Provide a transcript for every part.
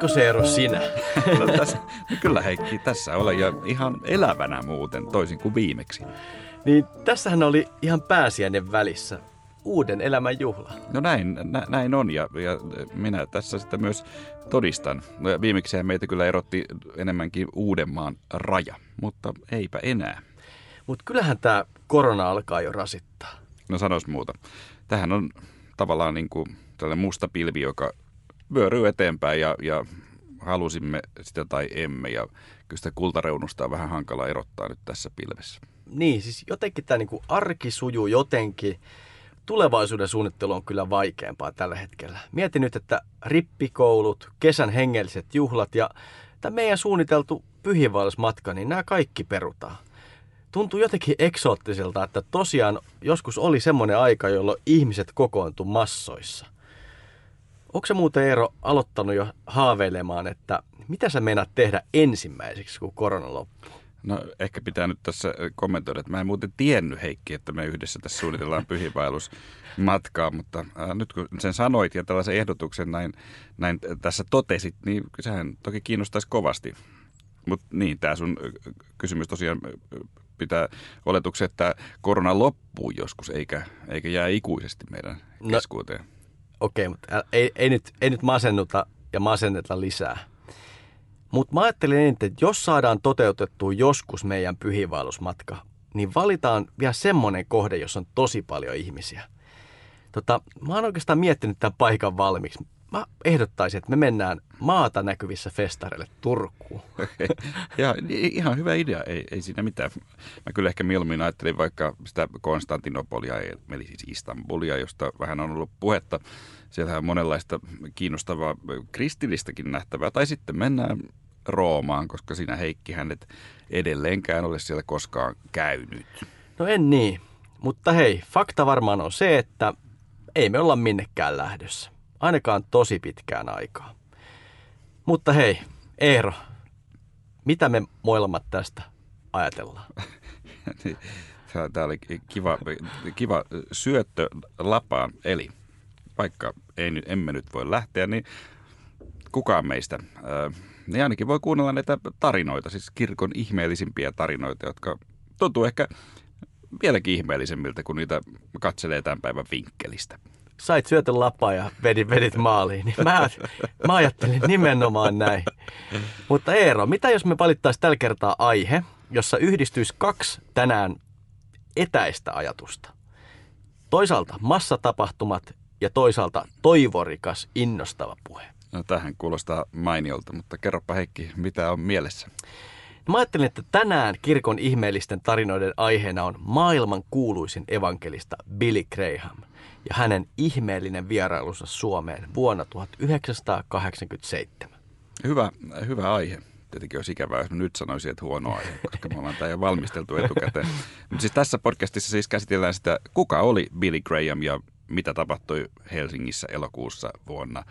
Oletko se Eero sinä? Kyllä Heikki, tässä olen ja ihan elävänä muuten, toisin kuin viimeksi. Niin tässähän oli ihan pääsiäinen välissä. Uuden elämän juhla. No näin on ja minä tässä sitten myös todistan. Viimeksihän meitä kyllä erotti enemmänkin Uudenmaan raja, mutta eipä enää. Mutta kyllähän tämä korona alkaa jo rasittaa. No sanois muuta. Tähän on tavallaan niin kuin tällainen musta pilvi, joka vyöryy eteenpäin ja halusimme sitä tai emme. Ja kyllä sitä kultareunusta on vähän hankala erottaa nyt tässä pilvessä. Niin, siis jotenkin tämä niinku arki sujuu jotenkin. Tulevaisuuden suunnittelu on kyllä vaikeampaa tällä hetkellä. Mietin nyt, että rippikoulut, kesän hengelliset juhlat ja tämä meidän suunniteltu pyhiinvaellusmatka, niin nämä kaikki perutaan. Tuntuu jotenkin eksoottiselta, että tosiaan joskus oli semmoinen aika, jolloin ihmiset kokoontu massoissa. Onko se muuten, Eero, aloittanut jo haaveilemaan, että mitä sä meinaat tehdä ensimmäiseksi, kun korona loppuu? No ehkä pitää nyt tässä kommentoida, että mä en muuten tiennyt, Heikki, että me yhdessä tässä suunnitellaan pyhiinvaellusmatkaa, mutta nyt kun sen sanoit ja tällaisen ehdotuksen näin tässä totesit, niin sehän toki kiinnostaisi kovasti. Mutta niin, tämä sun kysymys tosiaan pitää oletuksen, että korona loppuu joskus, eikä jää ikuisesti meidän keskuuteen. Okei, mutta ei nyt masennuta ja masenneta lisää. Mutta mä ajattelin, että jos saadaan toteutettua joskus meidän pyhiinvaellusmatka, niin valitaan vielä semmoinen kohde, jossa on tosi paljon ihmisiä. Mä oon oikeastaan miettinyt tämän paikan valmiiksi. Mä ehdottaisin, että me mennään maata näkyvissä festareille Turkuun. Ja ihan hyvä idea, ei siinä mitään. Mä kyllä ehkä mieluummin ajattelin vaikka sitä Konstantinopolia, eli siis Istanbulia, josta vähän on ollut puhetta. Siellähän on monenlaista kiinnostavaa kristillistäkin nähtävää. Tai sitten mennään Roomaan, koska sinä Heikki hänet edelleenkään ole siellä koskaan käynyt. No en niin, mutta hei, fakta varmaan on se, että ei me olla minnekään lähdössä. Ainakaan tosi pitkään aikaa. Mutta hei, Eero, mitä me molemmat tästä ajatellaan? Tämä oli kiva syöttö lapaan. Eli vaikka emme nyt voi lähteä, niin kukaan meistä, niin ainakin voi kuunnella näitä tarinoita, siis kirkon ihmeellisimpiä tarinoita, jotka tuntuu ehkä vieläkin ihmeellisemmiltä, kun niitä katselee tämän päivän vinkkelistä. Sait syötön lapaa ja vedit maaliin, niin mä ajattelin nimenomaan näin. Mutta Eero, mitä jos me valittaisiin tällä kertaa aihe, jossa yhdistyisi 2 tänään etäistä ajatusta? Toisaalta massatapahtumat ja toisaalta toivorikas, innostava puhe. No tähän kuulostaa mainiolta, mutta kerropa Heikki, mitä on mielessä? Mä ajattelin, että tänään kirkon ihmeellisten tarinoiden aiheena on maailman kuuluisin evankelista Billy Graham ja hänen ihmeellinen vierailunsa Suomeen vuonna 1987. Hyvä aihe. Tietenkin olisi ikävää, jos nyt sanoisin, että huono aihe, koska me ollaan tämä jo valmisteltu etukäteen. Mutta siis tässä podcastissa siis käsitellään sitä, kuka oli Billy Graham ja mitä tapahtui Helsingissä elokuussa vuonna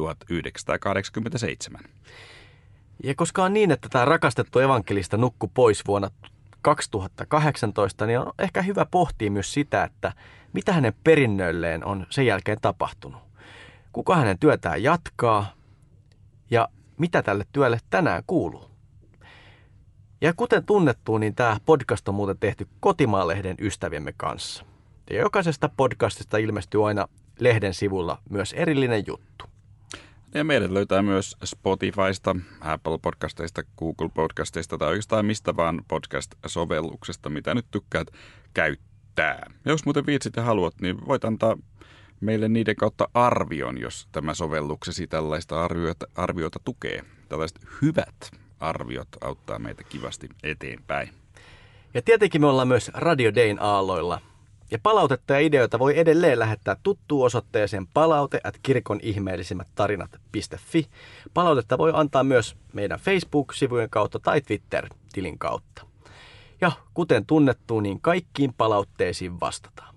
1987. Ja koska on niin, että tämä rakastettu evankelista nukkui pois vuonna 2018, niin on ehkä hyvä pohtia myös sitä, että mitä hänen perinnölleen on sen jälkeen tapahtunut. Kuka hänen työtään jatkaa ja mitä tälle työlle tänään kuuluu. Ja kuten tunnettu, niin tämä podcast on muuten tehty Kotimaan-lehden ystäviemme kanssa. Ja jokaisesta podcastista ilmestyy aina lehden sivulla myös erillinen juttu. Ja meidät löytää myös Spotifysta, Apple Podcasteista, Google Podcasteista tai oikeastaan mistä vaan podcast-sovelluksesta, mitä nyt tykkäät käyttää. Ja jos muuten viitsit ja haluat, niin voit antaa meille niiden kautta arvion, jos tämä sovelluksesi tällaista arviota tukee. Tällaiset hyvät arviot auttaa meitä kivasti eteenpäin. Ja tietenkin me ollaan myös Radio Dayn aalloilla. Ja palautetta ja ideoita voi edelleen lähettää tuttuun osoitteeseen palaute@kirkonihmeellisimmättarinat.fi. Palautetta voi antaa myös meidän Facebook-sivujen kautta tai Twitter-tilin kautta. Ja kuten tunnettu, niin kaikkiin palautteisiin vastataan.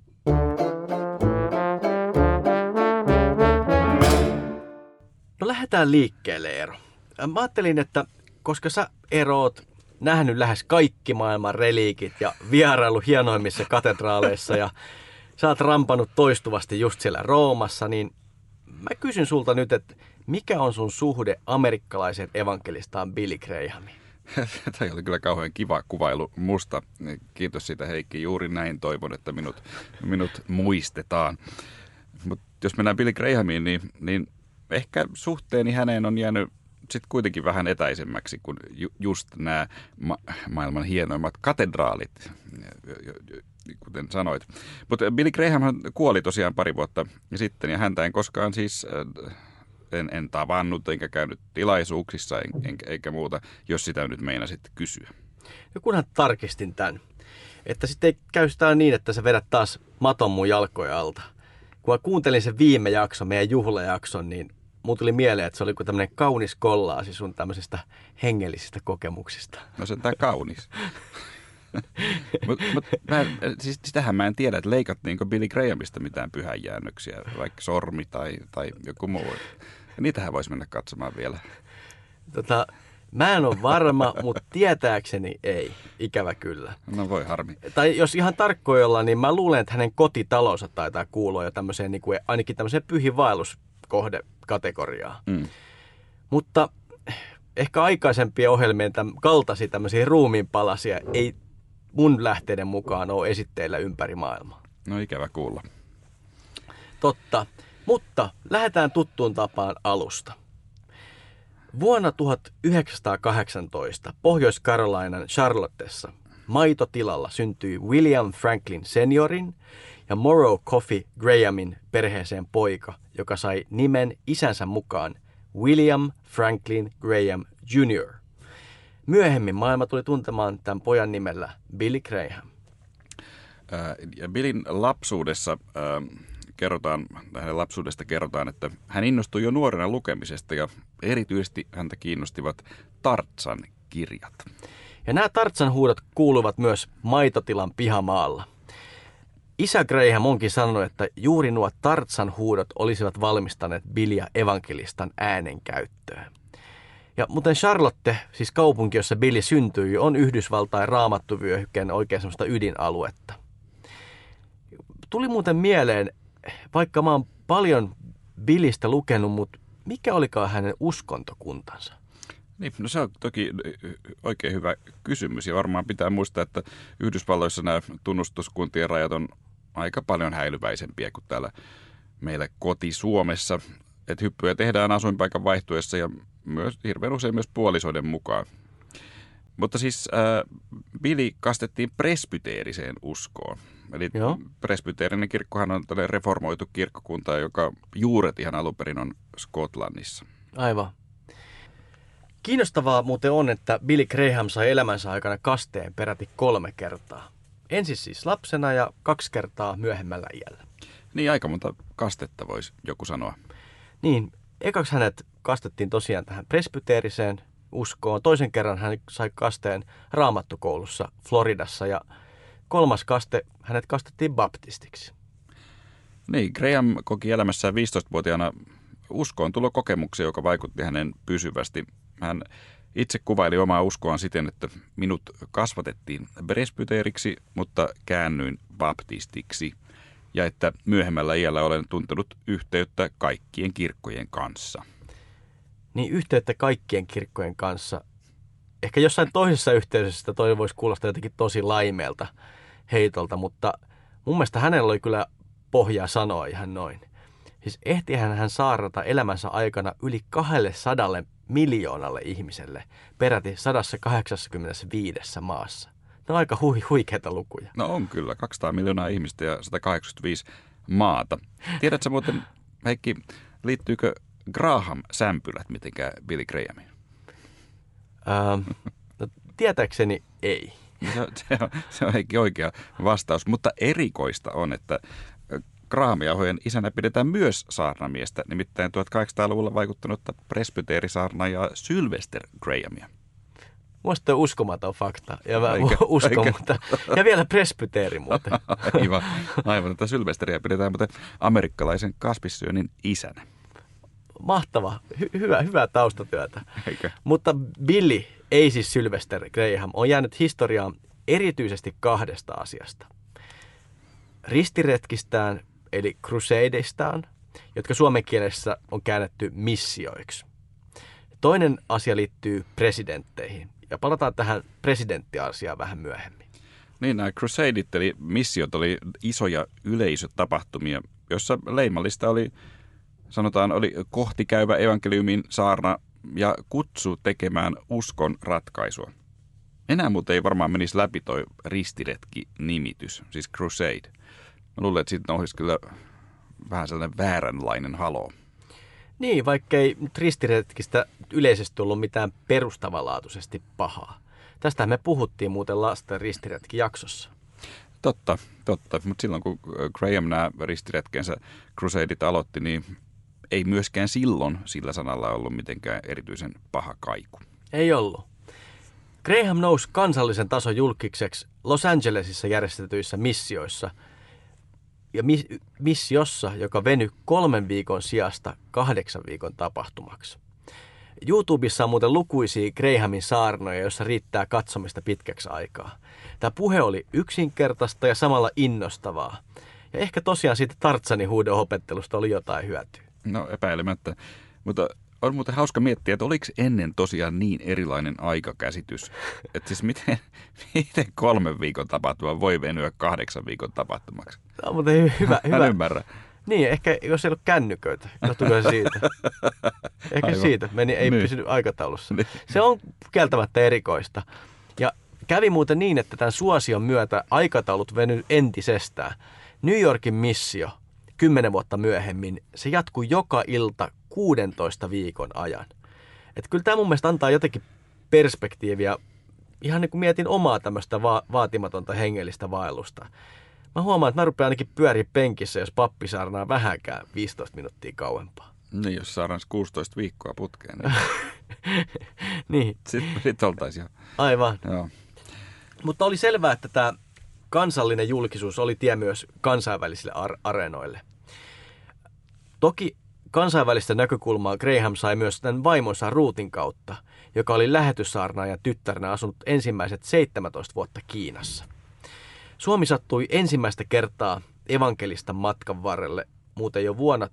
No lähdetään liikkeelle, Eero. Mä ajattelin, että koska sä, Eero, oot nähnyt lähes kaikki maailman reliikit ja vierailu hienoimmissa katedraaleissa ja sä oot rampannut toistuvasti just siellä Roomassa, niin mä kysyn sulta nyt, että Mikä on sun suhde amerikkalaisen evankelistaan Billy Grahamiin? Tämä oli kyllä kauhean kiva kuvailu musta. Kiitos siitä, Heikki. Juuri näin toivon, että minut muistetaan. Mutta jos mennään Billy Grahamiin, niin ehkä suhteeni häneen on jäänyt sitten kuitenkin vähän etäisemmäksi kuin just nämä maailman hienoimmat katedraalit, kuten sanoit. Mutta Billy Graham kuoli tosiaan pari vuotta sitten, ja häntä en koskaan siis en tavannut enkä käynyt tilaisuuksissa eikä muuta, jos sitä nyt meinasit kysyä. Ja kunhan tarkistin tämän, että sitten ei käy sitä niin, että sä vedät taas maton mun jalkoja alta. Kun mä kuuntelin sen viime jakson, meidän juhlajakson, niin mun tuli mieleen, että se oli kuin tämmöinen kaunis kollaasi sun tämmöisistä hengellisistä kokemuksista. No se on tää kaunis. Siis sitähän mä en tiedä, että leikattiinko Billy Grahamista mitään pyhäjäännöksiä, vaikka sormi tai joku muu. Ja niitähän voisi mennä katsomaan vielä. Mä en ole varma, mutta tietääkseni ei, ikävä kyllä. No voi harmi. Tai jos ihan tarkkoja ollaan, niin mä luulen, että hänen kotitalonsa taitaa kuulua jo tämmöiseen, niin kuin, ainakin tämmöiseen pyhiinvaelluskohdekategoriaan. Mutta ehkä aikaisempien ohjelmien kaltaisia tämmöisiä ruumiinpalasia ei mun lähteiden mukaan ole esitteillä ympäri maailmaa. No ikävä kuulla. Totta, mutta lähdetään tuttuun tapaan alusta. Vuonna 1918 Pohjois-Carolinan Charlottessa maitotilalla syntyi William Franklin seniorin ja Morrow Coffee Grahamin perheeseen poika, joka sai nimen isänsä mukaan William Franklin Graham Jr. Myöhemmin maailma tuli tuntemaan tämän pojan nimellä Billy Graham. Ja Billyn lapsuudesta kerrotaan, että hän innostui jo nuorena lukemisesta ja erityisesti häntä kiinnostivat Tarzan kirjat. Ja nämä Tarzan huudot kuuluvat myös maitotilan pihamaalla. Isä Graham onkin sanonut, että juuri nuo Tarzan huudot olisivat valmistaneet Billyä evankelistan äänen käyttöön. Ja muuten Charlotte, siis kaupunki, jossa Billy syntyi, on Yhdysvaltain raamattuvyöhykkeen oikein semmoista ydinaluetta. Tuli muuten mieleen, vaikka mä oon paljon Billystä lukenut, mutta mikä olikaan hänen uskontokuntansa? Niin, no se on toki oikein hyvä kysymys ja varmaan pitää muistaa, että Yhdysvalloissa nämä tunnustuskuntien rajat on aika paljon häilyväisempiä kuin täällä meillä koti-Suomessa. Että hyppyjä tehdään asuinpaikan vaihtuessa ja myös hirveän usein myös puolisoiden mukaan. Mutta siis Billy kastettiin presbyteeriseen uskoon. Eli presbyteerinen kirkkohan on tällainen reformoitu kirkkokunta, joka juuret ihan alun perin on Skotlannissa. Aivan. Kiinnostavaa muuten on, että Billy Graham sai elämänsä aikana kasteen peräti 3 kertaa. Ensin siis lapsena ja 2 kertaa myöhemmällä iällä. Niin, aika monta kastetta voisi joku sanoa. Niin, ekaksi hänet kastettiin tosiaan tähän presbyteeriseen uskoon. Toisen kerran hän sai kasteen raamattukoulussa Floridassa ja 3. kaste hänet kastettiin baptistiksi. Niin, Graham koki elämässään 15-vuotiaana uskoon tulokokemuksia, joka vaikutti hänen pysyvästi. Hän itse kuvaili omaa uskoaan siten, että minut kasvatettiin presbyteeriksi, mutta käännyin baptistiksi. Ja että myöhemmällä iällä olen tuntenut yhteyttä kaikkien kirkkojen kanssa. Niin, yhteyttä kaikkien kirkkojen kanssa. Ehkä jossain toisessa yhteydessä toi voisi kuulostaa jotenkin tosi laimeelta heitolta, mutta mun mielestä hänellä oli kyllä pohjaa sanoa ihan noin. Siis ehtihän hän saarnata elämänsä aikana yli 200 miljoonalle ihmiselle peräti 185 maassa. Ne on aika huikeita lukuja. No on kyllä, 200 miljoonaa ihmistä ja 185 maata. Tiedätkö muuten, Heikki, liittyykö Graham-sämpylät mitenkään Billy Grahamiin? No, tietääkseni ei. Se on Heikki oikea vastaus, mutta erikoista on, että Graham-jauhojen isänä pidetään myös saarnamiestä, nimittäin 1800-luvulla vaikuttanutta presbyteerisaarnaajaa Sylvester Grahamia. Musta on uskomaton fakta, ja mä uskon, mutta ja vielä presbyteeri muuten. Aivan, että Sylvesteriä pidetään muuten amerikkalaisen kasvissyönnin isänä. Mahtava, hyvää taustatyötä. Eikö? Mutta Billy, ei siis Sylvester Graham, on jäänyt historiaan erityisesti 2 asiasta. Ristiretkistään, eli crusadeistaan, jotka suomen kielessä on käännetty missioiksi. Toinen asia liittyy presidentteihin, ja palataan tähän presidenttiasiaan vähän myöhemmin. Niin, nämä Crusadeit eli missiot oli isoja yleisötapahtumia, jossa leimallista oli, sanotaan, oli kohtikäyvä evankeliumin saarna ja kutsu tekemään uskon ratkaisua. Enää muuten ei varmaan menisi läpi toi ristiretki-nimitys, siis Crusade. Mä luulen, että siitä nousisi kyllä vähän sellainen vääränlainen haloo. Niin, vaikkei nyt ristiretkistä yleisesti ollut mitään perustavanlaatuisesti pahaa. Tästähän me puhuttiin muuten lasten ristiretki-jaksossa. Totta. Mutta silloin kun Graham nämä ristiretkensä Crusadeit aloitti, niin ei myöskään silloin sillä sanalla ollut mitenkään erityisen paha kaiku. Ei ollut. Graham nousi kansallisen tason julkikseksi Los Angelesissa järjestetyissä missioissa ja missiossa, joka venyi 3 viikon sijasta 8 viikon tapahtumaksi. YouTubessa on muuten lukuisia Grahamin saarnoja, joissa riittää katsomista pitkäksi aikaa. Tämä puhe oli yksinkertaista ja samalla innostavaa. Ja ehkä tosiaan siitä Tartsanin huudon opettelusta oli jotain hyötyä. No epäilemättä. Mutta on muuten hauska miettiä, että oliko ennen tosiaan niin erilainen aikakäsitys. Että siis miten 3 viikon tapahtuma voi venyä 8 viikon tapahtumaksi? Tämä on muuten hyvä. Mä ymmärrän. Niin, ehkä jos ei ollut kännyköitä, johtuuko se siitä? Ehkä aivan. Siitä, ei pysynyt aikataulussa. Niin. Se on kieltämättä erikoista. Ja kävi muuten niin, että tämän suosion myötä aikataulut venyi entisestään. New Yorkin missio 10 vuotta myöhemmin, se jatkui joka ilta 16 viikon ajan. Että kyllä tämä mun mielestä antaa jotenkin perspektiiviä, ihan niin kuin mietin omaa tämmöistä vaatimatonta hengellistä vaellusta. Mä huomaan, että mä rupean ainakin pyöriä penkissä, jos pappi saarnaa vähänkään 15 minuuttia kauempaa. Niin, jos saadaan 16 viikkoa putkeen. Niin. Niin. Sitten oltaisiin jo. Aivan. Joo. Mutta oli selvää, että tämä kansallinen julkisuus oli tie myös kansainvälisille areenoille. Toki kansainvälistä näkökulmaa Graham sai myös tämän vaimonsa Ruthin kautta, joka oli lähetyssaarnaajan tyttäränä asunut ensimmäiset 17 vuotta Kiinassa. Suomi sattui ensimmäistä kertaa evankelistan matkan varrelle muuten jo vuonna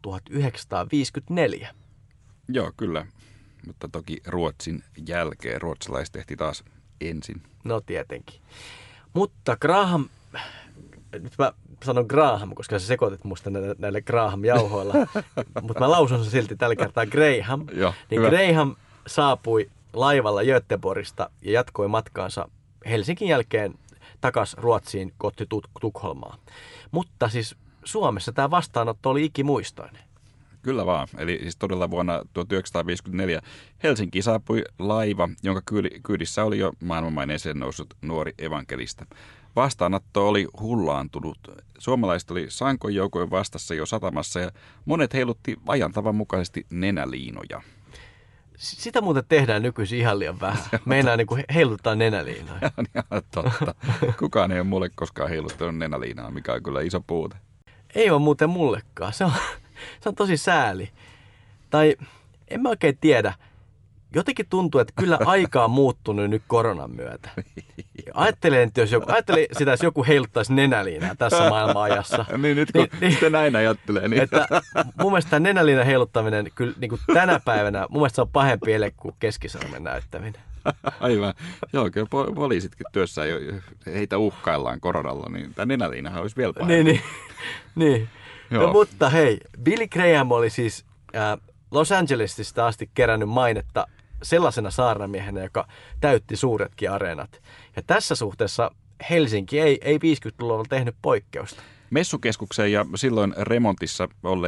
1954. Joo, kyllä. Mutta toki Ruotsin jälkeen ruotsalaiset tehtiin taas ensin. No tietenkin. Mutta Graham, nyt mä sanon Graham, koska sä sekoitit musta näille Graham-jauhoilla, mutta mä lausun sen silti tällä kertaa Graham. Joo, niin hyvä. Graham saapui laivalla Göteborgista ja jatkoi matkaansa Helsingin jälkeen takaisin Ruotsiin kohti Tukholmaa. Mutta siis Suomessa tämä vastaanotto oli ikimuistoinen. Kyllä vaan. Eli siis todella vuonna 1954 Helsinkiin saapui laiva, jonka kyydissä oli jo maailmanmainen esille noussut nuori evankelista. Vastaanotto oli hullaantunut. Suomalaiset oli sankoin joukoin vastassa jo satamassa ja monet heilutti ajantavan mukaisesti nenäliinoja. Sitä muuten tehdään nykyisin ihan liian vähän. Meinaa niin kuin heilutetaan nenäliinoja. Se on ihan totta. Kukaan ei ole mulle koskaan heiluttanut nenäliinaa, mikä on kyllä iso puute. Ei ole muuten mullekaan. Se on tosi sääli. Tai en mä oikein tiedä. Jotenkin tuntuu, että kyllä aika on muuttunut nyt koronan myötä. Ajattelen sitä, jos joku heiluttaisi nenäliinaa tässä maailmanajassa. Niin nyt kun sitä näin ajattelee. Niin. Että mun mielestä tämä nenäliinan heiluttaminen kyllä niin kuin tänä päivänä, mun mielestä se on pahempi ele kuin keskisormen näyttäminen. Aivan. Joo, kyllä poliisitkin työssään jo heitä uhkaillaan koronalla, niin tämä nenäliinahan olisi vielä pahempi. Niin. No, mutta hei, Billy Graham oli siis Los Angelesista asti kerännyt mainetta sellaisena saarnamiehenä, joka täytti suuretkin areenat. Ja tässä suhteessa Helsinki ei 50-luvulla tehnyt poikkeusta. Messukeskukseen ja silloin remontissa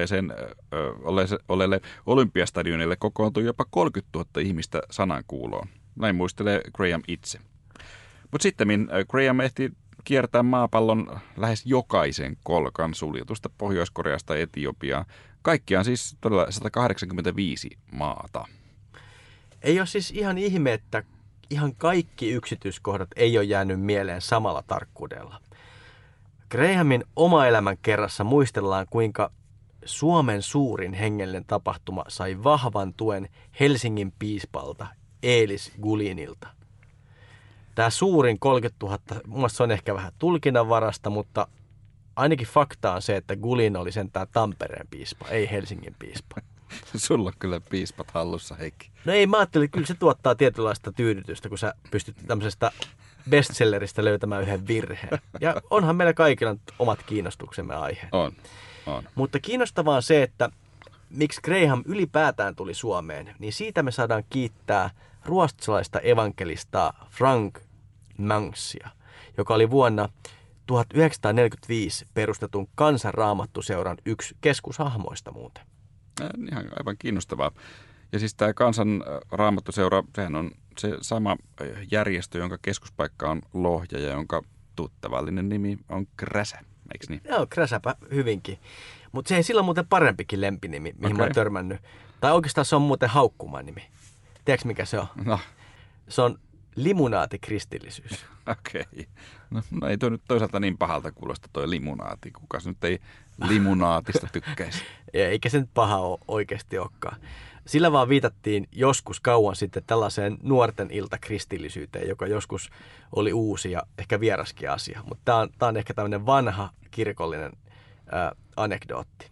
olleelle Olympiastadionille kokoontui jopa 30 000 ihmistä sanankuuloon. Näin muistelee Graham itse. Mutta sitten Graham ehti kiertää maapallon lähes jokaisen kolkan suljetusta Pohjois-Koreasta Etiopiaan. Kaikkiaan siis todella 185 maata. Ei ole siis ihan ihme, että ihan kaikki yksityiskohdat ei ole jäänyt mieleen samalla tarkkuudella. Grahamin oma elämän kerrassa muistellaan, kuinka Suomen suurin hengellinen tapahtuma sai vahvan tuen Helsingin piispalta Eelis Gulinilta. Tämä suurin 30 000, mun mielestä se on ehkä vähän tulkinnanvarasta, mutta ainakin fakta on se, että Gullin oli sentään Tampereen piispa, ei Helsingin piispa. Sulla on kyllä piispat hallussa, Heikki. No ei, mä ajattelin, että kyllä se tuottaa tietynlaista tyydytystä, kun sä pystyt tämmöisestä bestselleristä löytämään yhden virheen. Ja onhan meillä kaikilla nyt omat kiinnostuksemme aiheet. On. Mutta kiinnostavaa on se, että miksi Graham ylipäätään tuli Suomeen, niin siitä me saadaan kiittää ruotsalaista evankelistaa Frank Mangsia, joka oli vuonna 1945 perustetun Kansanraamattuseuran yksi keskushahmoista muuten. Ihan aivan kiinnostavaa. Ja siis tämä Kansanraamattuseura, sehän on se sama järjestö, jonka keskuspaikka on Lohja ja jonka tuttavallinen nimi on Kräsä, eikö niin? Joo, Kräsäpä hyvinkin. Mutta se ei sillä muuten parempikin lempinimi, mihin mä oon törmännyt. Tai oikeastaan se on muuten haukkuman nimi. Tiedätkö mikä se on? No. Se on limunaatikristillisyys. Okei. No ei tuo nyt toisaalta niin pahalta kuulosta toi limunaati. Kukas nyt ei limunaatista tykkäisi? Eikä se nyt paha ole, oikeasti olekaan. Sillä vaan viitattiin joskus kauan sitten tällaiseen nuorten iltakristillisyyteen, joka joskus oli uusi ja ehkä vieraskin asia. Mutta tämä on ehkä tämmöinen vanha kirkollinen anekdootti.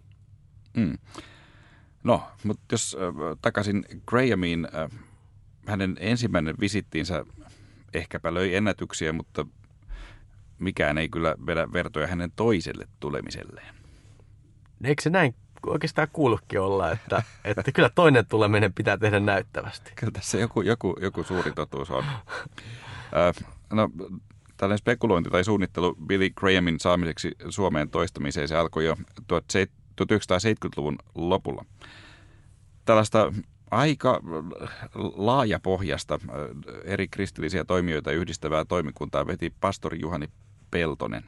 No, mutta jos takaisin Grahamiin, hänen ensimmäinen visittiinsä ehkäpä löi ennätyksiä, mutta mikään ei kyllä vedä vertoja hänen toiselle tulemiselleen. Eikö se näin oikeastaan kuulukin olla, että kyllä toinen tuleminen pitää tehdä näyttävästi? Kyllä tässä joku suuri totuus on. No, tällainen spekulointi tai suunnittelu Billy Grahamin saamiseksi Suomeen toistamiseen, se alkoi jo 1970-luvun lopulla. Tällaista aika laajapohjasta eri kristillisiä toimijoita yhdistävää toimikuntaa veti pastori Juhani Peltonen.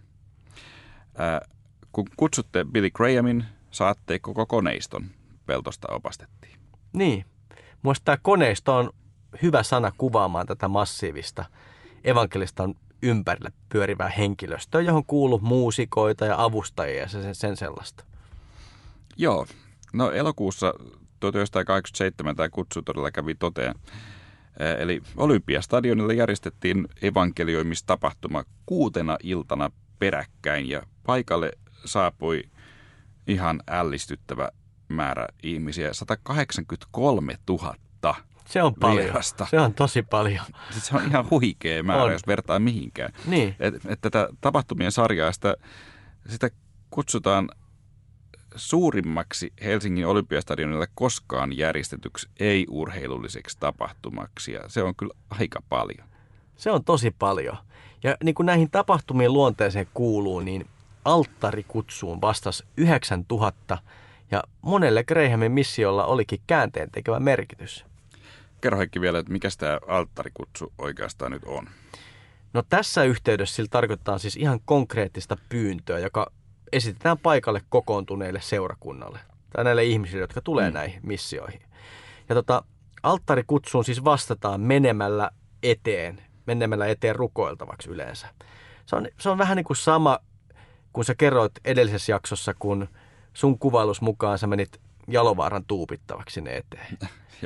Kun kutsutte Billy Grahamin, saatte koko koneiston, Peltosta opastettiin. Niin. Mielestäni tämä koneisto on hyvä sana kuvaamaan tätä massiivista evankelistan ympärille pyörivää henkilöstöä, johon kuuluu muusikoita ja avustajia ja sen sellaista. Joo. No elokuussa 1987 tämä kutsu todella kävi toteen. Eli Olympiastadionilla järjestettiin evankelioimistapahtuma 6 iltana peräkkäin ja paikalle saapui ihan ällistyttävä määrä ihmisiä, 183 000 Se on paljon. vierasta. Se on tosi paljon. Se on ihan huikea määrä, on. jos vertaa mihinkään. Niin. Tätä tapahtumien sarjaa, sitä kutsutaan suurimmaksi Helsingin Olympiastadionilla koskaan järjestetyksi ei-urheilulliseksi tapahtumaksi. Ja se on kyllä aika paljon. Se on tosi paljon. Ja niin kuin näihin tapahtumien luonteeseen kuuluu, niin alttarikutsuun vastasi 9000 ja monelle Grahamin missiolla olikin käänteen tekevä merkitys. Kerro Heikki vielä, että mikä tämä alttarikutsu oikeastaan nyt on? No tässä yhteydessä sillä tarkoittaa siis ihan konkreettista pyyntöä, joka esitetään paikalle kokoontuneille seurakunnalle tai näille ihmisille, jotka tulee näihin missioihin. Ja alttarikutsuun siis vastataan menemällä eteen rukoiltavaksi yleensä. Se on vähän niin kuin sama, kun sä kerroit edellisessä jaksossa, kun sun kuvailus mukaan sä menit Jalovaaran tuupittavaksi sinne eteen.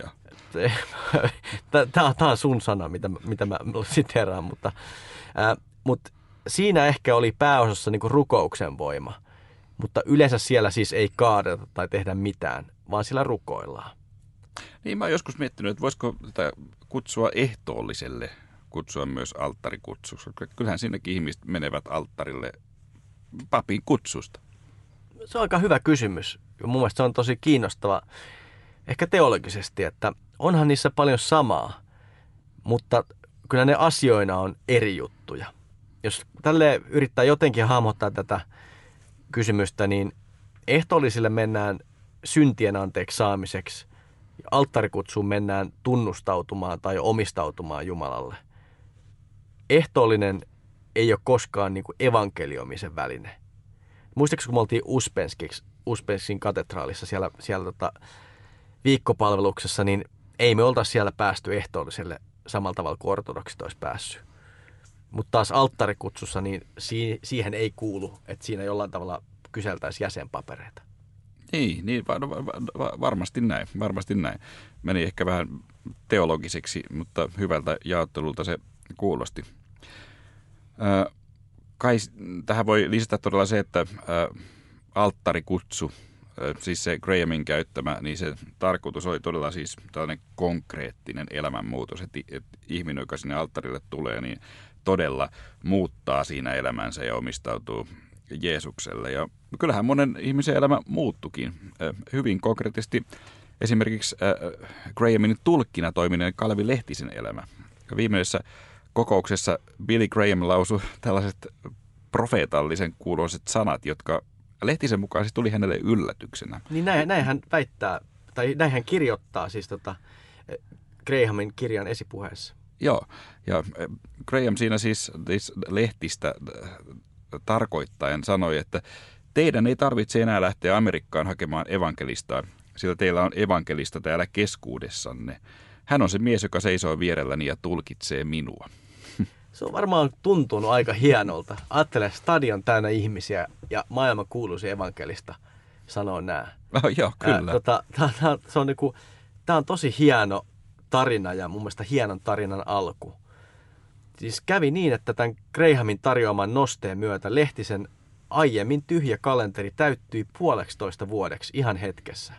Tämä on sun sana, mitä mä siteeraan, mutta siinä ehkä oli pääosassa niin kuin rukouksen voima. Mutta yleensä siellä siis ei kaadeta tai tehdä mitään, vaan siellä rukoillaan. Niin mä oon joskus miettinyt, että voisiko tätä kutsua ehtoolliselle kutsua myös alttarikutsuksi. Kyllähän siinäkin ihmiset menevät alttarille papin kutsusta. Se on aika hyvä kysymys. Mun mielestä se on tosi kiinnostava, ehkä teologisesti, että onhan niissä paljon samaa, mutta kyllä ne asioina on eri juttuja. Jos tälle yrittää jotenkin hahmottaa tätä kysymystä, niin ehtoollisille mennään syntien anteeksi saamiseksi. Alttarikutsuun mennään tunnustautumaan tai omistautumaan Jumalalle. Ehtoollinen ei ole koskaan niin kuin evankeliumisen väline. Muistatko, kun me oltiin Uspenskin katedraalissa siellä viikkopalveluksessa, niin ei me oltaisi siellä päästy ehtoolliselle samalla tavalla kuin ortodoksit olisi päässyt. Mutta taas alttarikutsussa, niin siihen ei kuulu, että siinä jollain tavalla kyseltäisiin jäsenpapereita. Niin varmasti näin. Meni ehkä vähän teologiseksi, mutta hyvältä jaottelulta se kuulosti. kai tähän voi lisätä todella se, että alttarikutsu, siis se Grahamin käyttämä, niin se tarkoitus oli todella siis tällainen konkreettinen elämänmuutos, että ihminen, joka sinne alttarille tulee, niin todella muuttaa siinä elämänsä ja omistautuu Jeesukselle. Ja kyllähän monen ihmisen elämä muuttukin hyvin konkreettisesti. Esimerkiksi Grahamin tulkkina toimineen Kalevi Lehtisen elämä. Viimeisessä kokouksessa Billy Graham lausui tällaiset profeetallisen kuuloiset sanat, jotka Lehtisen mukaan siis tuli hänelle yllätyksenä. Niin näin hän väittää, tai näin hän kirjoittaa siis Grahamin kirjan esipuheessa. Joo, ja Graham siinä siis Lehtistä tarkoittaen sanoi, että teidän ei tarvitse enää lähteä Amerikkaan hakemaan evankelistaa, sillä teillä on evankelista täällä keskuudessanne. Hän on se mies, joka seisoo vierelläni ja tulkitsee minua. Se on varmaan tuntunut aika hienolta. Ajattele, stadion täynnä ihmisiä ja maailman kuuluisi evankelista sanoo nää. Joo, kyllä. Tämä on tosi hieno tarina ja mun mielestä hienon tarinan alku. Siis kävi niin, että tämän Grahamin tarjoaman nosteen myötä Lehtisen aiemmin tyhjä kalenteri täyttyi 1,5 vuodeksi ihan hetkessä.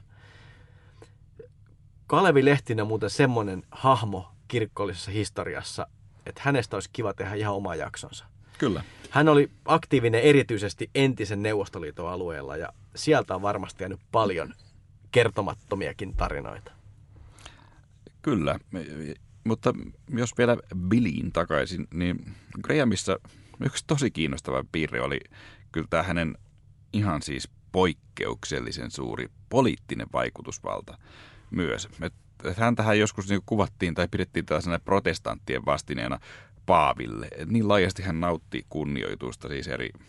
Kalevi Lehtinen on muuten semmoinen hahmo kirkollisessa historiassa, että hänestä olisi kiva tehdä ihan oma jaksonsa. Kyllä. Hän oli aktiivinen erityisesti entisen Neuvostoliiton alueella ja sieltä on varmasti jäänyt paljon kertomattomiakin tarinoita. Kyllä, mutta jos vielä Billyin takaisin, niin Grahamissa yksi tosi kiinnostava piirre oli kyllä tämä hänen ihan siis poikkeuksellisen suuri poliittinen vaikutusvalta myös. Häntähän joskus niin kuvattiin tai pidettiin tällaisena protestanttien vastineena paaville. Niin laajasti hän nautti kunnioitusta siis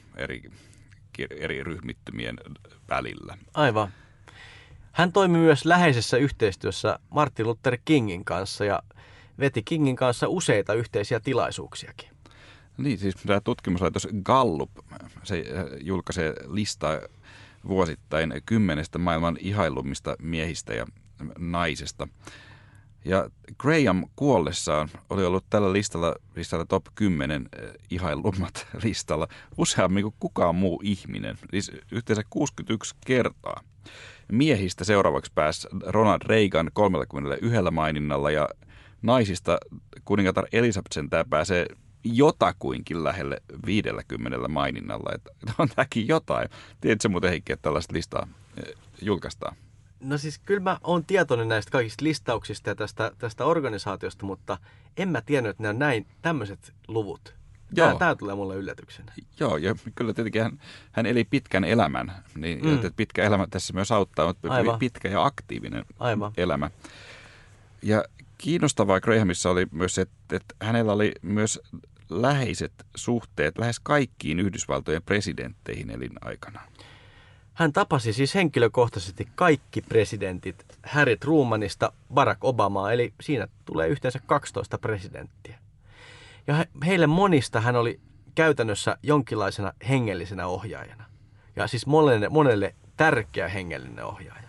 eri ryhmittymien välillä. Aivan. Hän toimi myös läheisessä yhteistyössä Martin Luther Kingin kanssa ja veti Kingin kanssa useita yhteisiä tilaisuuksiakin. Niin, siis tämä tutkimuslaitos Gallup, se julkaisee listaa vuosittain 10 maailman ihailummista miehistä ja naisesta. Ja Graham kuollessaan oli ollut tällä listalla top 10 ihailummat listalla useammin kuin kukaan muu ihminen, siis yhteensä 61 kertaa. Miehistä seuraavaksi pääsi Ronald Reagan 31 maininnalla ja naisista kuningatar Elisabeth sentään pääsee jotakuinkin lähelle 50 maininnalla. Että on tämäkin jotain. Tiedätkö muuten, Heikki, että tällaista listaa julkaistaan? No siis kyllä mä oon tietoinen näistä kaikista listauksista ja tästä organisaatiosta, mutta en mä tiennyt, että ne on näin tämmöiset luvut. Tämä tulee mulle yllätyksenä. Joo, ja kyllä tietenkin hän eli pitkän elämän, niin pitkä elämä tässä myös auttaa, mutta pitkä ja aktiivinen elämä. Ja kiinnostavaa Grahamissa oli myös se, että hänellä oli myös läheiset suhteet lähes kaikkiin Yhdysvaltojen presidentteihin elinaikana. Hän tapasi siis henkilökohtaisesti kaikki presidentit Harry Trumanista Barack Obamaa, eli siinä tulee yhteensä 12 presidenttiä. Ja heille monista hän oli käytännössä jonkinlaisena hengellisenä ohjaajana. Ja siis monelle tärkeä hengellinen ohjaaja.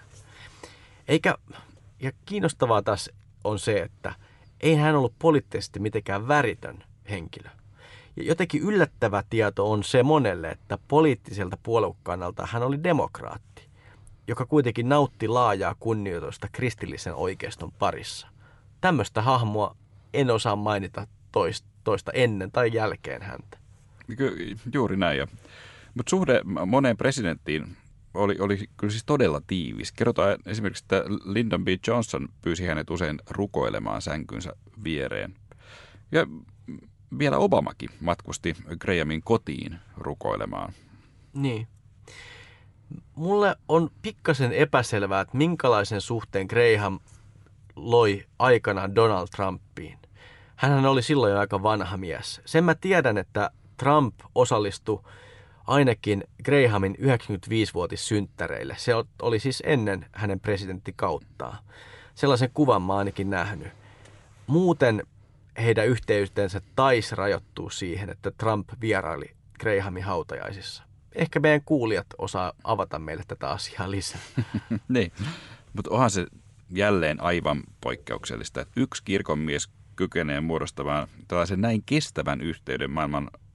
Ja kiinnostavaa taas on se, että ei hän ollut poliittisesti mitenkään väritön henkilö. Ja jotenkin yllättävä tieto on se monelle, että poliittiselta puoluekannalta hän oli demokraatti, joka kuitenkin nautti laajaa kunnioitusta kristillisen oikeiston parissa. Tämmöistä hahmoa en osaa mainita toista ennen tai jälkeen häntä. Juuri näin. Mutta suhde moneen presidenttiin oli kyllä siis todella tiivis. Kerrotaan esimerkiksi, että Lyndon B. Johnson pyysi hänet usein rukoilemaan sänkynsä viereen. Ja vielä Obamakin matkusti Grahamin kotiin rukoilemaan. Niin. Mulle on pikkasen epäselvää, että minkälaisen suhteen Graham loi aikanaan Donald Trumpiin. Hänhän oli silloin jo aika vanha mies. Sen mä tiedän, että Trump osallistui ainakin Grahamin 95-vuotissynttäreille. Se oli siis ennen hänen presidenttikauttaan. Sellaisen kuvan mä ainakin nähnyt. Muuten heidän yhteytensä taisi rajoittua siihen, että Trump vieraili Grahamin hautajaisissa. Ehkä meidän kuulijat osaa avata meille tätä asiaa lisää. Niin, mutta onhan se jälleen aivan poikkeuksellista, että yksi kirkonmies kykenee muodostamaan tällaisen näin kestävän yhteyden maailman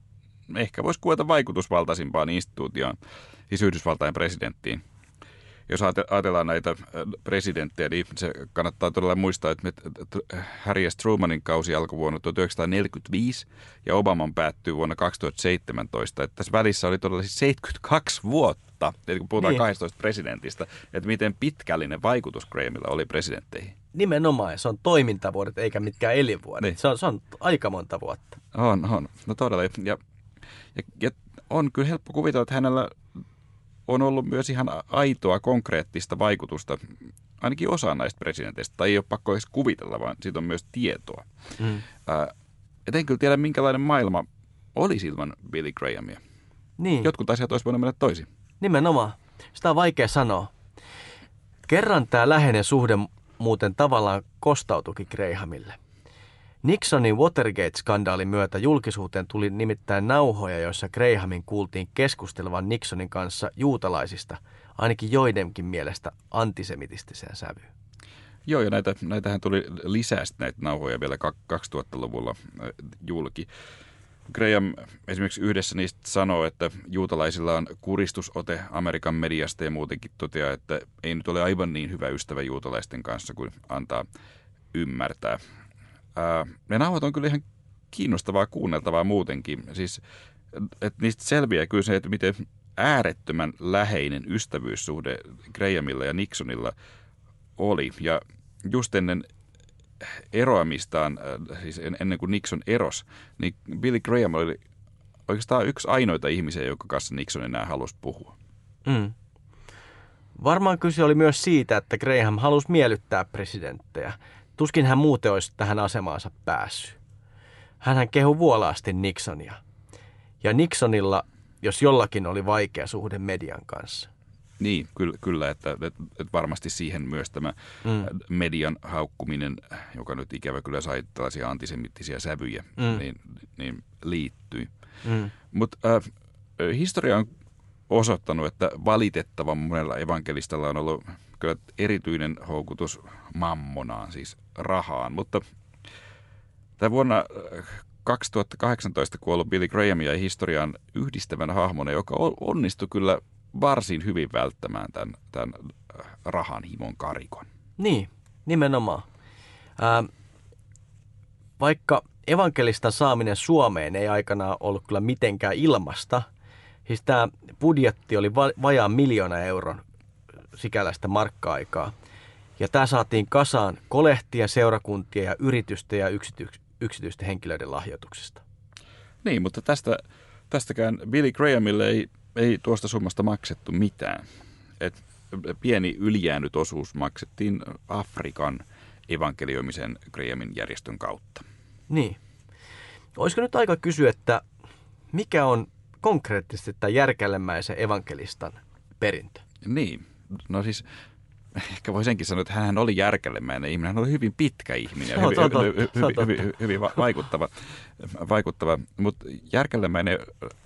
ehkä voisi kuvata vaikutusvaltaisimpaan instituutioon, siis Yhdysvaltain presidenttiin. Jos ajatellaan näitä presidenttejä, niin se kannattaa todella muistaa, että Harry S. Trumanin kausi alkoi vuonna 1945 ja Obaman päättyy vuonna 2017. Että tässä välissä oli todella siis 72 vuotta, eli kun puhutaan 12 presidentistä, että miten pitkällinen vaikutus Grahamilla oli presidentteihin. Nimenomaan, se on toimintavuodet eikä mitkään elinvuodet. Niin. Se on aika monta vuotta. On. No todella. Ja on kyllä helppo kuvitella, että hänellä on ollut myös ihan aitoa, konkreettista vaikutusta ainakin osaan näistä presidenteistä. Tai ei ole pakko edes kuvitella, vaan siitä on myös tietoa. Et en kyllä tiedä, minkälainen maailma olisi ilman Billy Grahamia. Niin. Jotkut asiat olisi voinut mennä toisin. Nimenomaan. Sitä on vaikea sanoa. Kerran tämä läheinen suhde muuten tavallaan kostautuikin Grahamille. Nixonin Watergate-skandaalin myötä julkisuuteen tuli nimittäin nauhoja, joissa Grahamin kuultiin keskustelevan Nixonin kanssa juutalaisista, ainakin joidenkin mielestä antisemitistiseen sävyyn. Joo, ja näitähän tuli lisää näitä nauhoja vielä 2000-luvulla julki. Graham esimerkiksi yhdessä niistä sanoo, että juutalaisilla on kuristusote Amerikan mediasta ja muutenkin toteaa, että ei nyt ole aivan niin hyvä ystävä juutalaisten kanssa kuin antaa ymmärtää. Ne nauhat on kyllä ihan kiinnostavaa kuunneltavaa muutenkin. Siis, että niistä selviää kyllä se, että miten äärettömän läheinen ystävyyssuhde Grahamilla ja Nixonilla oli. Ja just ennen eroamistaan, siis ennen kuin Nixon erosi, niin Billy Graham oli oikeastaan yksi ainoita ihmisiä, jonka kanssa Nixon enää halusi puhua. Varmaan kyse oli myös siitä, että Graham halusi miellyttää presidenttejä. Tuskin hän muuten olisi tähän asemaansa päässyt. Hänhän kehui vuolaasti Nixonia. Ja Nixonilla, jos jollakin, oli vaikea suhde median kanssa. Niin, kyllä että varmasti siihen myös tämä median haukkuminen, joka nyt ikävä kyllä sai tällaisia antisemittisiä sävyjä, niin liittyi. Mutta historia on osoittanut, että valitettavan monella evankelistalla on ollut kyllä erityinen houkutus mammonaan, siis rahaan. Mutta tämä vuonna 2018 kuollut Billy Graham jäi historiaan yhdistävän hahmona, joka onnistui kyllä varsin hyvin välttämään tämän rahan himon karikon. Niin, nimenomaan. Vaikka evankelistan saaminen Suomeen ei aikanaan ollut kyllä mitenkään ilmasta, siis tämä budjetti oli vajaan 1 miljoona euron sikäläistä markka-aikaa. Ja tämä saatiin kasaan kolehtien, seurakuntien ja yritysten ja yksityisten henkilöiden lahjoituksesta. Niin, mutta tästäkään Billy Grahamille ei tuosta summasta maksettu mitään. Et pieni ylijäänyt osuus maksettiin Afrikan evankelioimisen Grahamin järjestön kautta. Niin. Olisiko nyt aika kysyä, että mikä on konkreettisesti tämä järkälemäisen evankelistan perintö? Niin, no siis ehkä voi senkin sanoa, että hän oli järkälemäinen ihminen. Hän oli hyvin pitkä ihminen ja hyvin vaikuttava. Mutta järkälemäinen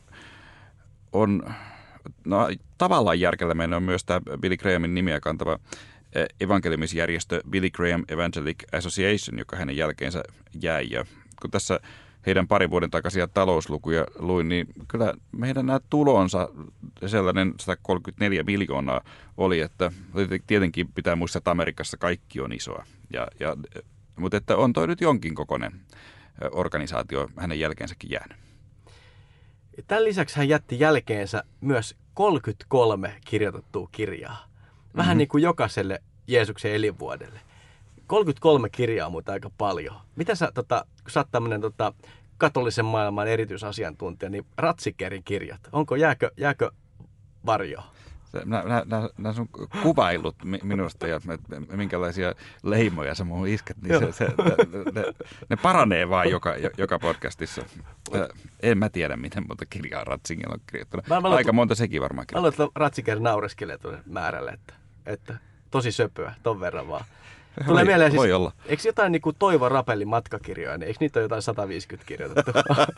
on, no tavallaan järkälemäinen on myös tämä Billy Grahamin nimiä kantava evankeliumisjärjestö Billy Graham Evangelic Association, joka hänen jälkeensä jäi. Ja kun tässä heidän parin vuoden takaisia talouslukuja luin, niin kyllä meidän nämä tulonsa sellainen 134 miljoonaa oli, että tietenkin pitää muistaa, että Amerikassa kaikki on isoa. Mutta että on toi nyt jonkin kokoinen organisaatio hänen jälkeensäkin jäänyt. Tämän lisäksi hän jätti jälkeensä myös 33 kirjoitettua kirjaa. Vähän niin kuin jokaiselle Jeesuksen elinvuodelle. 33 kirjaa on aika paljon. Mitä sä, kun sä oot tämmöinen katolisen maailman erityisasiantuntija, niin Ratzikerin kirjat, jääkö varjoa? Nämä sun kuvailut minusta ja minkälaisia leimoja sä muuhun iskät, niin ne paranee vaan joka podcastissa. En mä tiedä, miten monta kirjaa Ratzinger on kirjoittanut. Aika monta sekin varmaan kirjoittanut. Mä luulen, että Ratzinger naureskelee tuonne määrälle, että tosi söpöä, ton verran vaan. Tulee mieleen siis, voi olla. Eikö jotain niin kuin Toivo Rapellin matkakirjoja, niin eikö niitä ole jotain 150 kirjoitettu?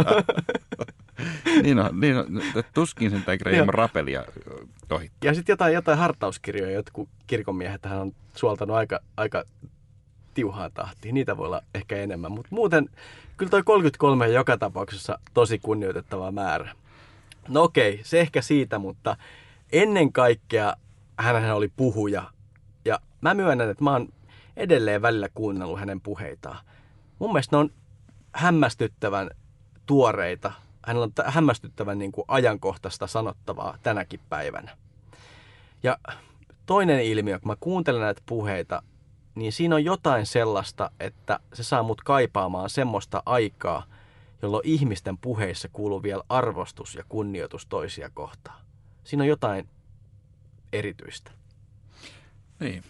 niin on, tuskin sen tai Graham Rappelia ohittaa. Ja sitten jotain hartauskirjoja, jotkut kirkonmiehet hän on suoltanut aika tiuhaan tahtiin. Niitä voi olla ehkä enemmän, mutta muuten kyllä toi 33 on joka tapauksessa tosi kunnioitettava määrä. No okei, se ehkä siitä, mutta ennen kaikkea hänhän oli puhuja. Ja mä myönnän, että mä oon edelleen välillä kuunnellut hänen puheitaan. Mun mielestä ne on hämmästyttävän tuoreita. Hänellä on hämmästyttävän niin kuin ajankohtaista sanottavaa tänäkin päivänä. Ja toinen ilmiö, kun mä kuuntelen näitä puheita, niin siinä on jotain sellaista, että se saa mut kaipaamaan semmoista aikaa, jolloin ihmisten puheissa kuuluu vielä arvostus ja kunnioitus toisia kohtaan. Siinä on jotain erityistä. Niin,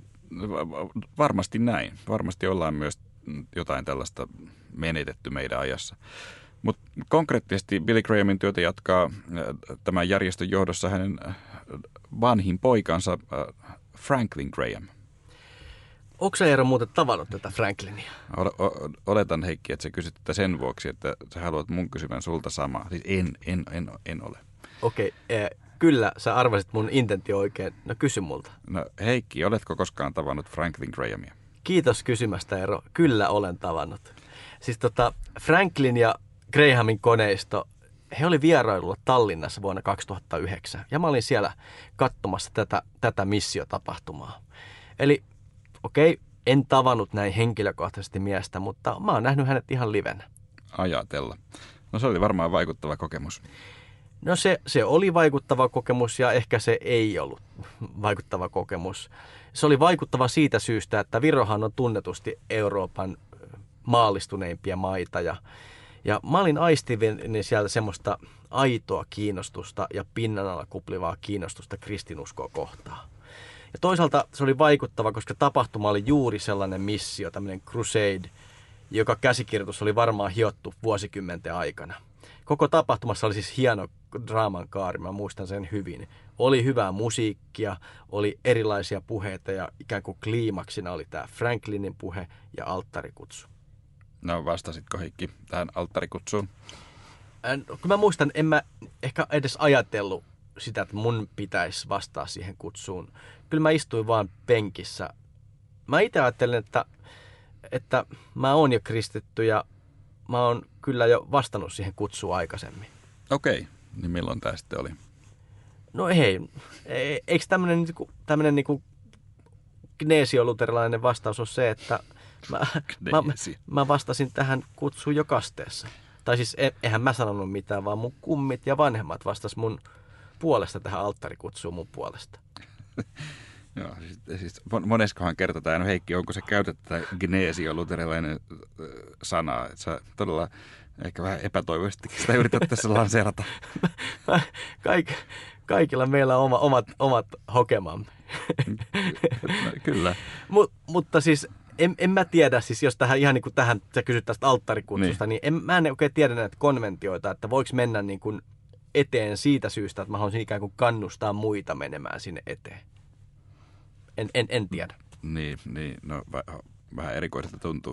varmasti näin. Varmasti ollaan myös jotain tällaista menetetty meidän ajassa. Mutta konkreettisesti Billy Grahamin työtä jatkaa tämän järjestön johdossa hänen vanhin poikansa Franklin Graham. Onko sä, Eero, muuten tavannut tätä Franklinia? Oletan, Heikki, että sä kysyt tätä sen vuoksi, että sä haluat mun kysyvän sulta samaa. Siis en ole. Okei, kyllä, sä arvasit mun intentio oikein. No kysy multa. No Heikki, oletko koskaan tavannut Franklin Grahamia? Kiitos kysymästä, Eero. Kyllä olen tavannut. Siis Franklin ja Grahamin koneisto, he oli vierailulla Tallinnassa vuonna 2009. Ja mä olin siellä katsomassa tätä missiotapahtumaa. Eli okei, en tavannut näin henkilökohtaisesti miestä, mutta mä oon nähnyt hänet ihan livenä. Ajatella. No se oli varmaan vaikuttava kokemus. No se oli vaikuttava kokemus ja ehkä se ei ollut vaikuttava kokemus. Se oli vaikuttava siitä syystä, että Virohan on tunnetusti Euroopan maallistuneimpia maita ja mä olin aistivin sieltä semmoista aitoa kiinnostusta ja pinnan alla kuplivaa kiinnostusta kristinuskoa kohtaan. Ja toisaalta se oli vaikuttava, koska tapahtuma oli juuri sellainen missio, tämmöinen crusade, joka käsikirjoitus oli varmaan hiottu vuosikymmenten aikana. Koko tapahtumassa oli siis hieno draaman kaari, mä muistan sen hyvin. Oli hyvää musiikkia, oli erilaisia puheita ja ikään kuin kliimaksina oli tämä Franklinin puhe ja alttarikutsu. No vastasitko, Heikki, tähän alttarikutsuun? Kun mä muistan, en mä ehkä edes ajatellut sitä, että mun pitäisi vastaa siihen kutsuun. Kyllä mä istuin vaan penkissä. Mä itse ajattelen, että mä oon jo kristitty ja mä oon kyllä jo vastannut siihen kutsuun aikaisemmin. Okei, niin milloin tämä sitten oli? No hei, eikö tämmöinen niinku gneesioluterilainen vastaus ole se, että mä vastasin tähän kutsuun jo kasteessa. Tai siis eihän mä sanonut mitään, vaan mun kummit ja vanhemmat vastas mun puolesta tähän alttarikutsuun mun puolesta. Joo, siis moneskohan kerta tämä, no Heikki, onko se käytettä gneesioluterilainen sana, että sä todella ehkä vähän epätoivoisesti sitä yrität tässä lanseerata. Kaikilla meillä on omat hokemamme. Kyllä. Mutta siis en mä tiedä, siis jos tähän ihan niin kuin tähän, sä kysyt tästä alttarikutsusta, niin mä en oikein tiedä näitä konventioita, että voiko mennä niin kuin eteen siitä syystä, että mä haluaisin ikään kuin kannustaa muita menemään sinne eteen. En tiedä. Niin, no vähän erikoiselta tuntuu.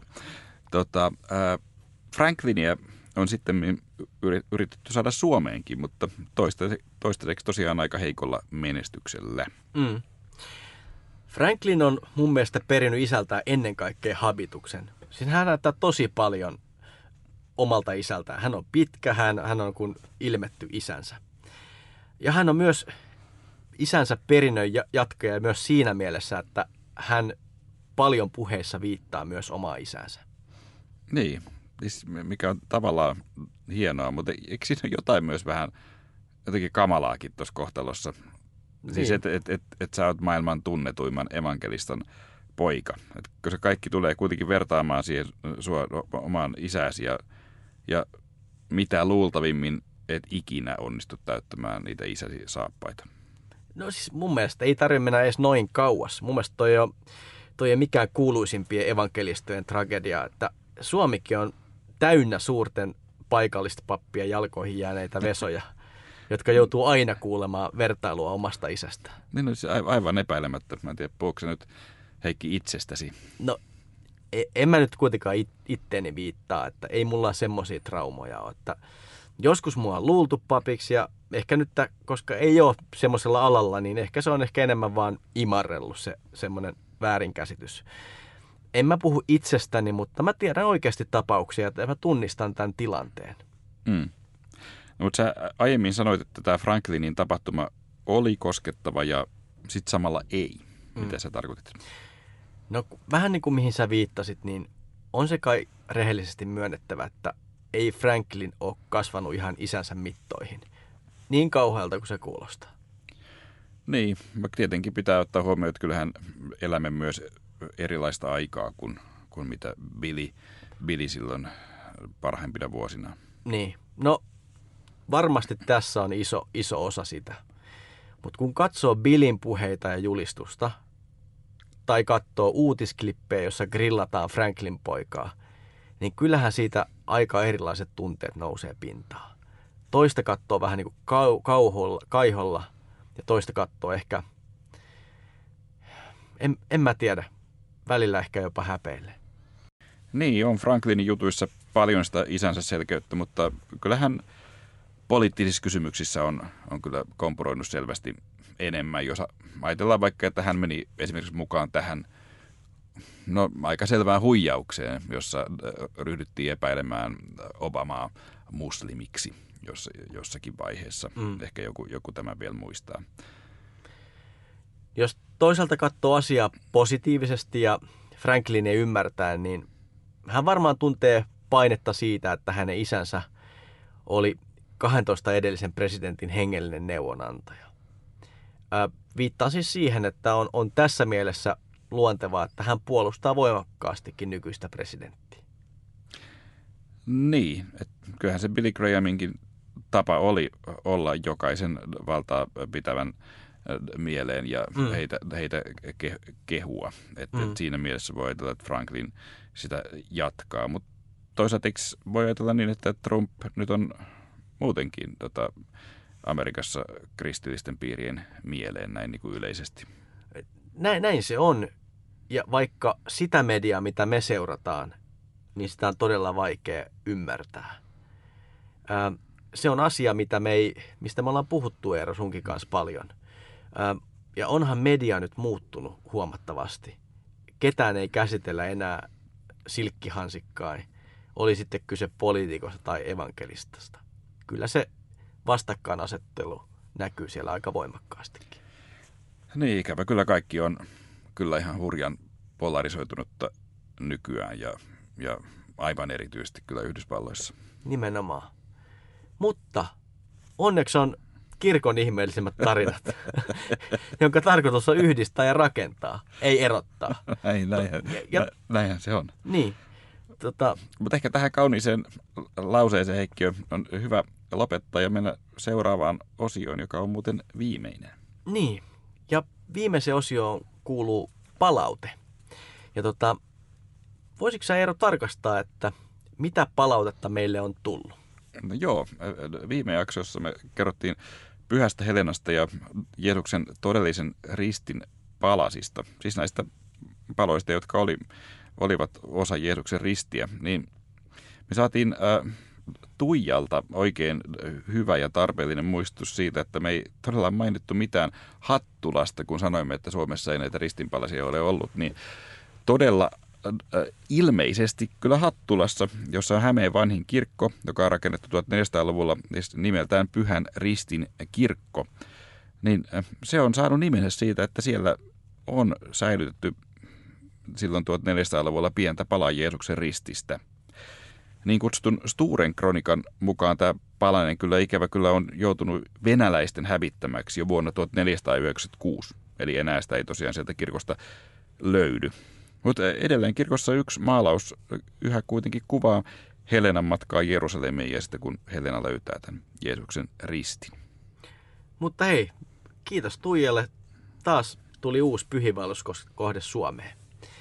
Franklinia on sitten yritetty saada Suomeenkin, mutta toistaiseksi tosiaan aika heikolla menestyksellä. Mm. Franklin on mun mielestä perinyt isältään ennen kaikkea habituksen. Siis hän näyttää tosi paljon omalta isältään. Hän on pitkä, hän on kuin ilmetty isänsä. Ja hän on myös isänsä perinnön jatkaja myös siinä mielessä, että hän paljon puheissa viittaa myös omaa isänsä. Niin, mikä on tavallaan hienoa, mutta eikö siinä ole jotain myös vähän jotenkin kamalaakin tuossa kohtalossa? Niin. Siis että sä oot maailman tunnetuimman evankeliston poika. Et kun se kaikki tulee kuitenkin vertaamaan siihen sua omaan isäsi ja mitä luultavimmin et ikinä onnistu täyttämään niitä isäsi saappaita. No siis mun mielestä ei tarvitse mennä edes noin kauas. Mun mielestä toi ei mikään kuuluisimpien evankelistojen tragedia, että Suomikin on täynnä suurten paikallista pappia jalkoihin jääneitä vesoja, jotka joutuu aina kuulemaan vertailua omasta isästä. Niin on aivan epäilemättä. Mä en tiedä, puhuuko se nyt Heikki itsestäsi? No en mä nyt kuitenkaan itteeni viittaa, että ei mulla semmoisia traumoja ole. Että joskus mua on luultu papiksi ja ehkä nyt, koska ei ole semmoisella alalla, niin ehkä se on enemmän vaan imarrellut se semmoinen väärinkäsitys. en mä puhu itsestäni, mutta mä tiedän oikeasti tapauksia, että mä tunnistan tämän tilanteen. Mm. No, mutta sä aiemmin sanoit, että tämä Franklinin tapahtuma oli koskettava ja sitten samalla ei. Mitä sä tarkoitit? No vähän niin kuin mihin sä viittasit, niin on se kai rehellisesti myönnettävä, että ei Franklin ole kasvanut ihan isänsä mittoihin. Niin kauhealta kuin se kuulostaa. Niin, tietenkin pitää ottaa huomioon, että kyllähän elämme myös erilaista aikaa kuin mitä Billy silloin parhaimpina vuosina. Niin, no varmasti tässä on iso osa sitä. Mutta kun katsoo Billin puheita ja julistusta, tai katsoo uutisklippejä, jossa grillataan Franklin poikaa, niin kyllähän siitä aika erilaiset tunteet nousee pintaan. Toista katsoo vähän niin kuin kaiholla ja toista katsoo ehkä, en mä tiedä, välillä ehkä jopa häpeille. Niin, on Franklinin jutuissa paljon sitä isänsä selkeyttä, mutta kyllähän poliittisissa kysymyksissä on kyllä kompuroinut selvästi enemmän. Jos ajatellaan vaikka, että hän meni esimerkiksi mukaan tähän aika selvään huijaukseen, jossa ryhdyttiin epäilemään Obamaa muslimiksi jossakin vaiheessa. Ehkä joku tämän vielä muistaa. Jos toisaalta katsoo asiaa positiivisesti ja Franklin ei ymmärtää, niin hän varmaan tuntee painetta siitä, että hänen isänsä oli 12 edellisen presidentin hengellinen neuvonantaja. Viittaan siis siihen, että on tässä mielessä luontevaa, että hän puolustaa voimakkaastikin nykyistä presidenttiä. Niin, että kyllähän se Billy Grahaminkin tapa oli olla jokaisen valtaa pitävän mieleen ja heitä kehua. Että siinä mielessä voi ajatella, että Franklin sitä jatkaa. Mutta toisaalta voi ajatella niin, että Trump nyt on muutenkin Amerikassa kristillisten piirien mieleen näin niin kuin yleisesti. Näin se on. Ja vaikka sitä mediaa, mitä me seurataan, niin sitä on todella vaikea ymmärtää. Se on asia, mistä me ollaan puhuttu, Eero, sunkin kanssa paljon. Ja onhan media nyt muuttunut huomattavasti. Ketään ei käsitellä enää silkkihansikkain, oli sitten kyse poliitikosta tai evankelistasta. Kyllä se vastakkainasettelu näkyy siellä aika voimakkaastikin. Niin, ikävä kyllä kaikki on kyllä ihan hurjan polarisoitunutta nykyään ja aivan erityisesti kyllä Yhdysvalloissa. Nimenomaan. Mutta onneksi on kirkon ihmeellisimmät tarinat, jonka tarkoitus on yhdistää ja rakentaa, ei erottaa. Näinhän se on. Niin. Mutta ehkä tähän kauniiseen lauseeseen, Heikki, on hyvä lopettaa ja mennä seuraavaan osioon, joka on muuten viimeinen. Niin, ja viimeiseen osioon kuuluu palaute. Ja voisitko sä, Eero, tarkastaa, että mitä palautetta meille on tullut? No joo, viime jaksossa me kerrottiin Pyhästä Helenasta ja Jeesuksen todellisen ristin palasista, siis näistä paloista, jotka olivat osa Jeesuksen ristiä, niin me saatiin Tuijalta oikein hyvä ja tarpeellinen muistutus siitä, että me ei todella mainittu mitään Hattulasta, kun sanoimme, että Suomessa ei näitä ristinpalasia ole ollut, niin todella ilmeisesti kyllä Hattulassa, jossa on Hämeen vanhin kirkko, joka on rakennettu 1400-luvulla nimeltään Pyhän Ristin kirkko, niin se on saanut nimensä siitä, että siellä on säilytetty silloin 1400-luvulla pientä palaa Jeesuksen rististä. Niin kutsutun Sturen kronikan mukaan tämä palanen kyllä ikävä kyllä on joutunut venäläisten hävittämäksi jo vuonna 1496, eli enää sitä ei tosiaan sieltä kirkosta löydy. Mutta edelleen kirkossa yksi maalaus yhä kuitenkin kuvaa Helenan matkaa Jerusalemiin ja sitten kun Helena löytää tämän Jeesuksen ristin. Mutta hei, kiitos Tuijalle. Taas tuli uusi pyhiinvaelluskohde Suomeen.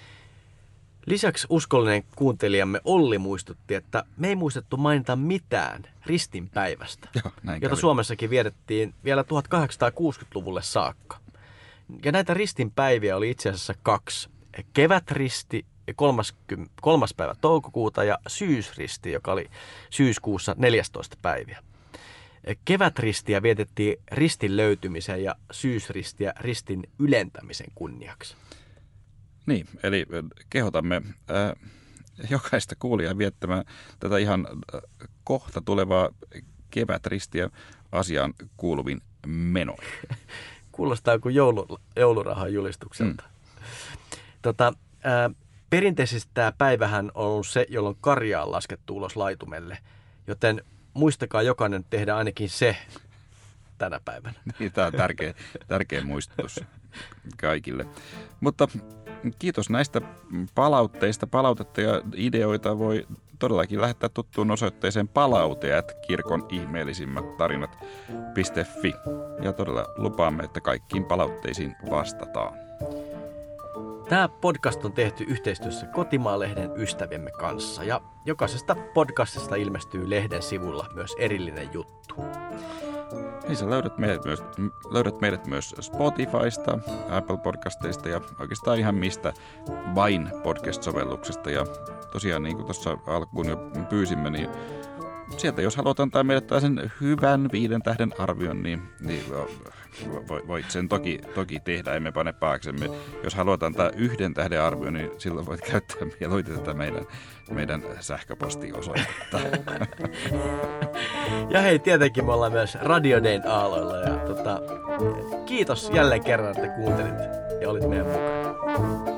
Lisäksi uskollinen kuuntelijamme Olli muistutti, että me ei muistettu mainita mitään ristinpäivästä, jota Suomessakin vietettiin vielä 1860-luvulle saakka. Ja näitä ristinpäiviä oli itse asiassa 2. Kevätristi 3. päivä toukokuuta ja syysristi, joka oli syyskuussa 14 päiviä. Kevätristiä vietettiin ristin löytymisen ja syysristiä ristin ylentämisen kunniaksi. Niin, eli kehotamme jokaista kuulijaa viettämään tätä ihan kohta tulevaa kevätristiä asiaan kuuluvin menoin. Kuulostaa kuin joulurahan julistukselta. Perinteisesti tämä päivähän on ollut se, jolloin karja on laskettu ulos laitumelle, joten muistakaa jokainen tehdä ainakin se tänä päivänä. Niin, tämä on tärkeä muistutus kaikille. Mutta kiitos näistä palautteista. Palautetta ja ideoita voi todellakin lähettää tuttuun osoitteeseen palaute@kirkon ihmeellisimmät tarinat.fi. Ja todella lupaamme, että kaikkiin palautteisiin vastataan. Tämä podcast on tehty yhteistyössä Kotimaa-lehden ystäviemme kanssa ja jokaisesta podcastista ilmestyy lehden sivulla myös erillinen juttu. Niin sä löydät meidät myös Spotifysta, Apple Podcasteista ja oikeastaan ihan mistä vain podcast-sovelluksesta. Ja tosiaan niin kuin tuossa alkuun jo pyysimme, niin sieltä jos haluat antaa meille tällaisen hyvän 5 tähden arvion, niin voit sen toki tehdä, emme pane paaksemme. Jos haluat antaa 1 tähden arvion, niin silloin voit käyttää mieluiten tätä meidän sähköpostiosoitetta. Ja hei, tietenkin me ollaan myös Radio Dayn aalloilla. Ja kiitos jälleen kerran, että kuuntelit ja olit meidän mukana.